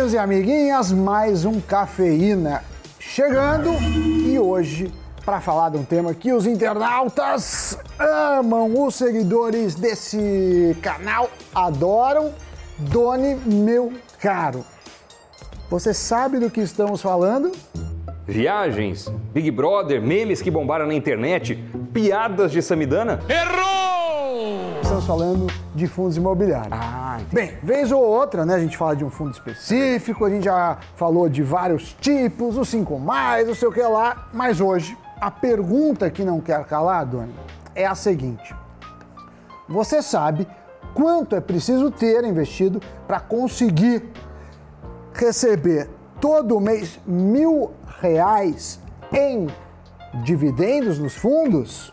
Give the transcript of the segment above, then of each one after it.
amiguinhos e amiguinhas, mais um Cafeína chegando e hoje para falar de um tema que os internautas amam, os seguidores desse canal adoram. Doni, meu caro, você sabe do que estamos falando? Viagens, Big Brother, memes que bombaram na internet, piadas de Samidana? Errou! Estamos falando de fundos imobiliários. Bem, vez ou outra, né, a gente fala de um fundo específico, a gente já falou de vários tipos, os 5+, não sei o que lá, mas hoje a pergunta que não quer calar, Doni, é a seguinte: você sabe quanto é preciso ter investido para conseguir receber todo mês R$1.000 em dividendos nos fundos?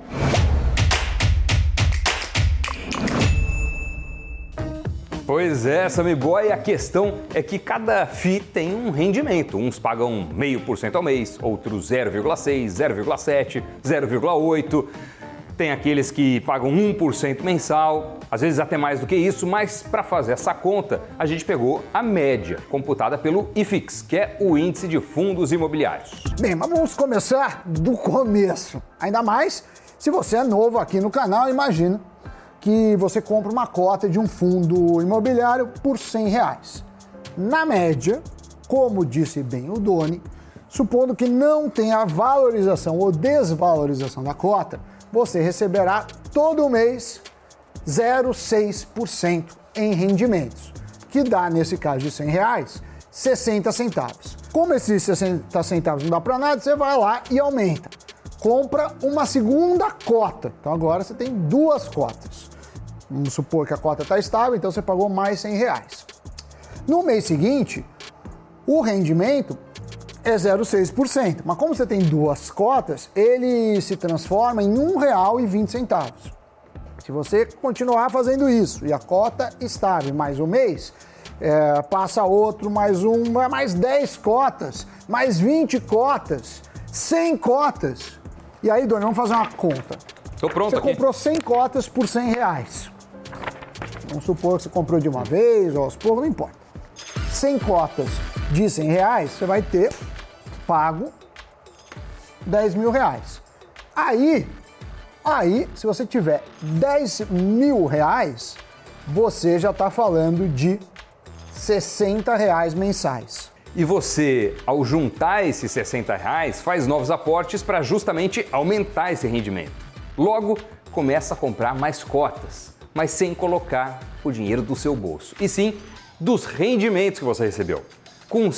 Pois é, Sammy Boy, a questão é que cada FII tem um rendimento. Uns pagam 0,5% ao mês, outros 0,6%, 0,7%, 0,8%. Tem aqueles que pagam 1% mensal, às vezes até mais do que isso, mas para fazer essa conta, a gente pegou a média, computada pelo IFIX, que é o Índice de Fundos Imobiliários. Bem, mas vamos começar do começo. Ainda mais se você é novo aqui no canal, imagina que você compra uma cota de um fundo imobiliário por R$100. Na média, como disse bem o Doni, supondo que não tenha valorização ou desvalorização da cota, você receberá todo mês 0,6% em rendimentos, que dá, nesse caso de R$100, 60 centavos. Como esses 60 centavos não dá para nada, você vai lá e aumenta. Compra uma segunda cota. Então agora você tem duas cotas. Vamos supor que a cota está estável, então você pagou mais R$100. No mês seguinte, o rendimento é 0,6%. Mas como você tem duas cotas, ele se transforma em R$1,20. Se você continuar fazendo isso e a cota estável mais um mês, passa outro, mais um, mais 10 cotas, mais 20 cotas, 100 cotas. E aí, Doni, vamos fazer uma conta. Tô pronto você aqui. Comprou 100 cotas por R$100. Vamos supor que você comprou de uma vez ou aos poucos, não importa. 100 cotas de R$100, você vai ter pago R$10.000. Aí, se você tiver R$10.000, você já está falando de R$60 mensais. E você, ao juntar esses R$60, faz novos aportes para justamente aumentar esse rendimento. Logo, começa a comprar mais cotas, mas sem colocar o dinheiro do seu bolso, e sim dos rendimentos que você recebeu. Com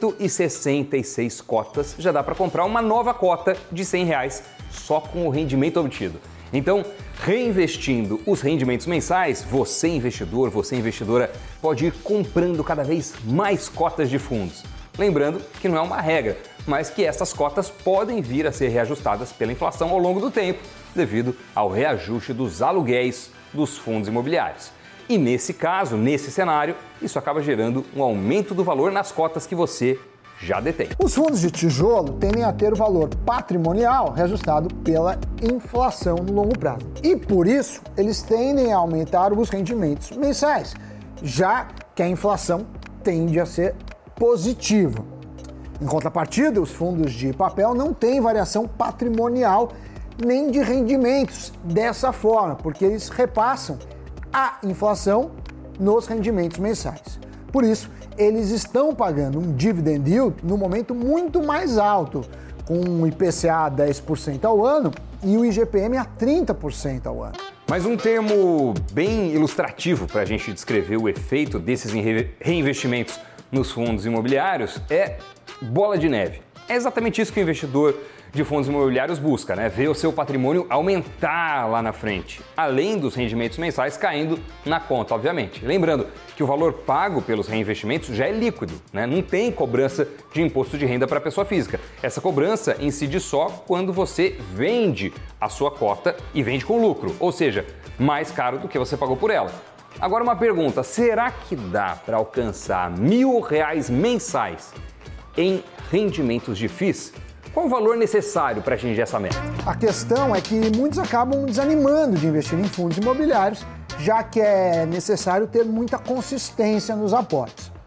166 cotas, já dá para comprar uma nova cota de R$100 só com o rendimento obtido. Então, reinvestindo os rendimentos mensais, você investidor, você investidora, pode ir comprando cada vez mais cotas de fundos. Lembrando que não é uma regra, mas que essas cotas podem vir a ser reajustadas pela inflação ao longo do tempo, devido ao reajuste dos aluguéis dos fundos imobiliários. E nesse caso, nesse cenário, isso acaba gerando um aumento do valor nas cotas que você já detém. Os fundos de tijolo tendem a ter o valor patrimonial reajustado pela inflação no longo prazo. E por isso, eles tendem a aumentar os rendimentos mensais, já que a inflação tende a ser positiva. Em contrapartida, os fundos de papel não têm variação patrimonial nem de rendimentos dessa forma, porque eles repassam a inflação nos rendimentos mensais. Por isso, eles estão pagando um dividend yield no momento muito mais alto, com o IPCA a 10% ao ano e o IGPM a 30% ao ano. Mas um termo bem ilustrativo para a gente descrever o efeito desses reinvestimentos nos fundos imobiliários é bola de neve. É exatamente isso que o investidor de fundos imobiliários busca, né? Ver o seu patrimônio aumentar lá na frente, além dos rendimentos mensais caindo na conta, obviamente. Lembrando que o valor pago pelos reinvestimentos já é líquido, né? Não tem cobrança de imposto de renda para a pessoa física. Essa cobrança incide só quando você vende a sua cota e vende com lucro, ou seja, mais caro do que você pagou por ela. Agora uma pergunta, será que dá para alcançar R$1.000 mensais em rendimentos de FIIs? Qual o valor necessário para atingir essa meta? A questão é que muitos acabam desanimando de investir em fundos imobiliários, já que é necessário ter muita consistência nos aportes.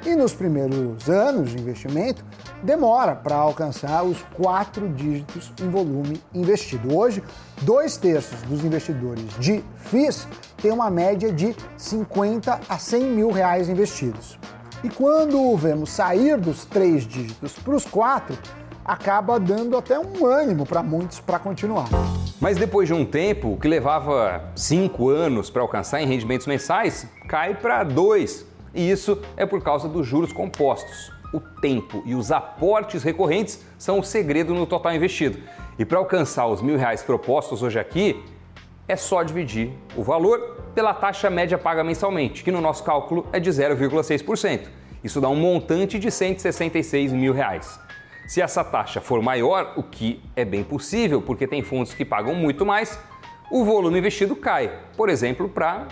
E nos primeiros anos de investimento, demora para alcançar os 4 dígitos em volume investido. Hoje, 2/3 dos investidores de FIIs têm uma média de 50 a 100 mil reais investidos. E quando vemos sair dos 3 dígitos para os 4, acaba dando até um ânimo para muitos para continuar. Mas depois de um tempo, o que levava 5 anos para alcançar em rendimentos mensais, cai para 2. E isso é por causa dos juros compostos. O tempo e os aportes recorrentes são o segredo no total investido. E para alcançar os R$1.000 propostos hoje aqui, é só dividir o valor pela taxa média paga mensalmente, que no nosso cálculo é de 0,6%. Isso dá um montante de R$166 mil. Se essa taxa for maior, o que é bem possível, porque tem fundos que pagam muito mais, o volume investido cai, por exemplo, para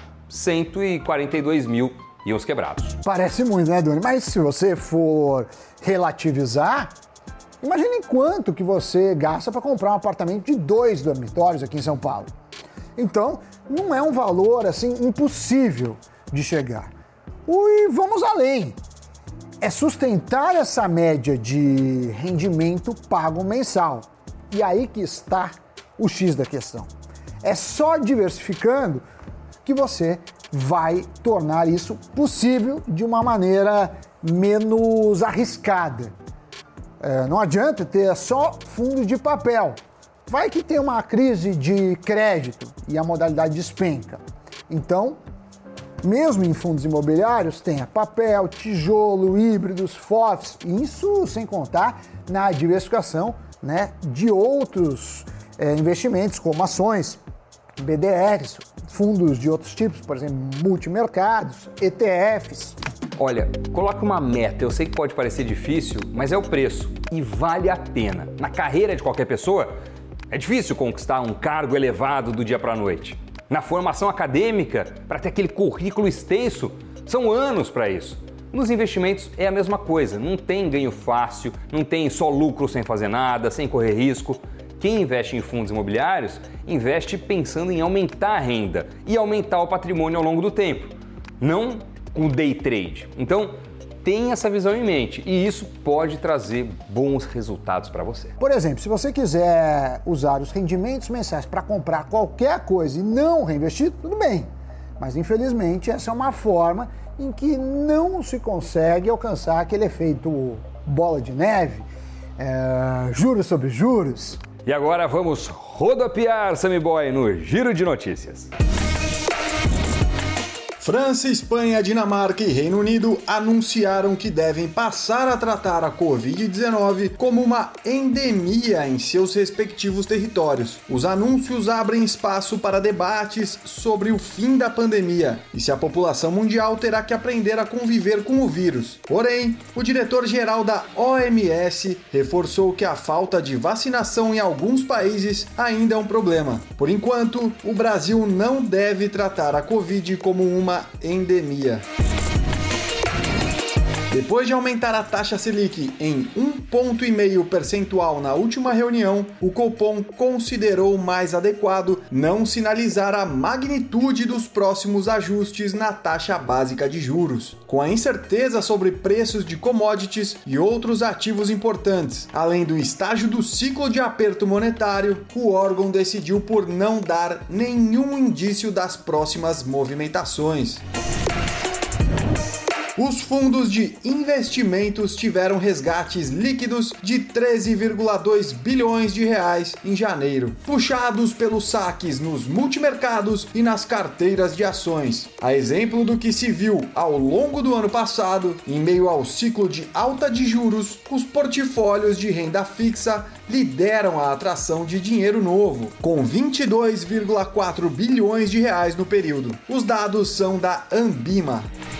142 mil e uns quebrados. Parece muito, né, Doni? Mas se você for relativizar, imagine quanto que você gasta para comprar um apartamento de 2 dormitórios aqui em São Paulo. Então, não é um valor assim impossível de chegar. E vamos além. É sustentar essa média de rendimento pago mensal. E aí que está o X da questão. É só diversificando que você vai tornar isso possível de uma maneira menos arriscada. Não adianta ter só fundo de papel. Vai que tem uma crise de crédito e a modalidade despenca. Então, mesmo em fundos imobiliários, tenha papel, tijolo, híbridos, FOFs, isso sem contar na diversificação, né, de outros investimentos, como ações, BDRs, fundos de outros tipos, por exemplo, multimercados, ETFs. Olha, coloque uma meta. Eu sei que pode parecer difícil, mas é o preço e vale a pena. Na carreira de qualquer pessoa, é difícil conquistar um cargo elevado do dia para a noite. Na formação acadêmica, para ter aquele currículo extenso, são anos para isso. Nos investimentos é a mesma coisa, não tem ganho fácil, não tem só lucro sem fazer nada, sem correr risco. Quem investe em fundos imobiliários, investe pensando em aumentar a renda e aumentar o patrimônio ao longo do tempo, não com day trade. Então, tenha essa visão em mente e isso pode trazer bons resultados para você. Por exemplo, se você quiser usar os rendimentos mensais para comprar qualquer coisa e não reinvestir, tudo bem. Mas, infelizmente, essa é uma forma em que não se consegue alcançar aquele efeito bola de neve, juros sobre juros. E agora vamos rodopiar, Sammy Boy, no Giro de Notícias. França, Espanha, Dinamarca e Reino Unido anunciaram que devem passar a tratar a Covid-19 como uma endemia em seus respectivos territórios. Os anúncios abrem espaço para debates sobre o fim da pandemia e se a população mundial terá que aprender a conviver com o vírus. Porém, o diretor-geral da OMS reforçou que a falta de vacinação em alguns países ainda é um problema. Por enquanto, o Brasil não deve tratar a Covid como uma endemia. Depois de aumentar a taxa Selic em 1,5 percentual na última reunião, o Copom considerou mais adequado não sinalizar a magnitude dos próximos ajustes na taxa básica de juros. Com a incerteza sobre preços de commodities e outros ativos importantes, além do estágio do ciclo de aperto monetário, o órgão decidiu por não dar nenhum indício das próximas movimentações. Os fundos de investimentos tiveram resgates líquidos de 13,2 bilhões de reais em janeiro, puxados pelos saques nos multimercados e nas carteiras de ações. A exemplo do que se viu ao longo do ano passado, em meio ao ciclo de alta de juros, os portfólios de renda fixa lideram a atração de dinheiro novo, com 22,4 bilhões de reais no período. Os dados são da Ambima.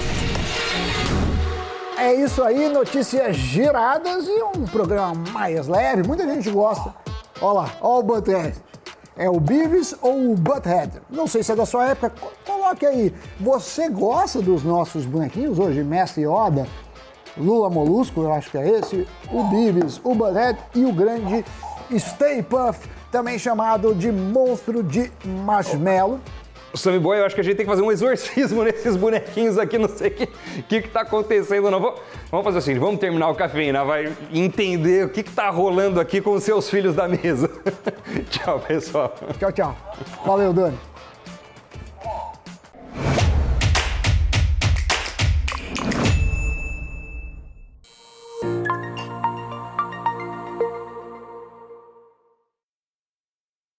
É isso aí, notícias giradas e um programa mais leve. Muita gente gosta. Olha lá, olha o Butthead. É o Beavis ou o Butthead? Não sei se é da sua época, coloque aí. Você gosta dos nossos bonequinhos hoje? Mestre Yoda, Lula Molusco, eu acho que é esse, o Beavis, o Butthead e o grande Stay Puft, também chamado de monstro de marshmallow. Sammy Boy, eu acho que a gente tem que fazer um exorcismo nesses bonequinhos aqui, não sei o que tá acontecendo, não. Vamos fazer assim, vamos terminar o Cafeína, vai entender o que tá rolando aqui com os seus filhos da mesa. Tchau, pessoal. Tchau, tchau. Valeu, Dani.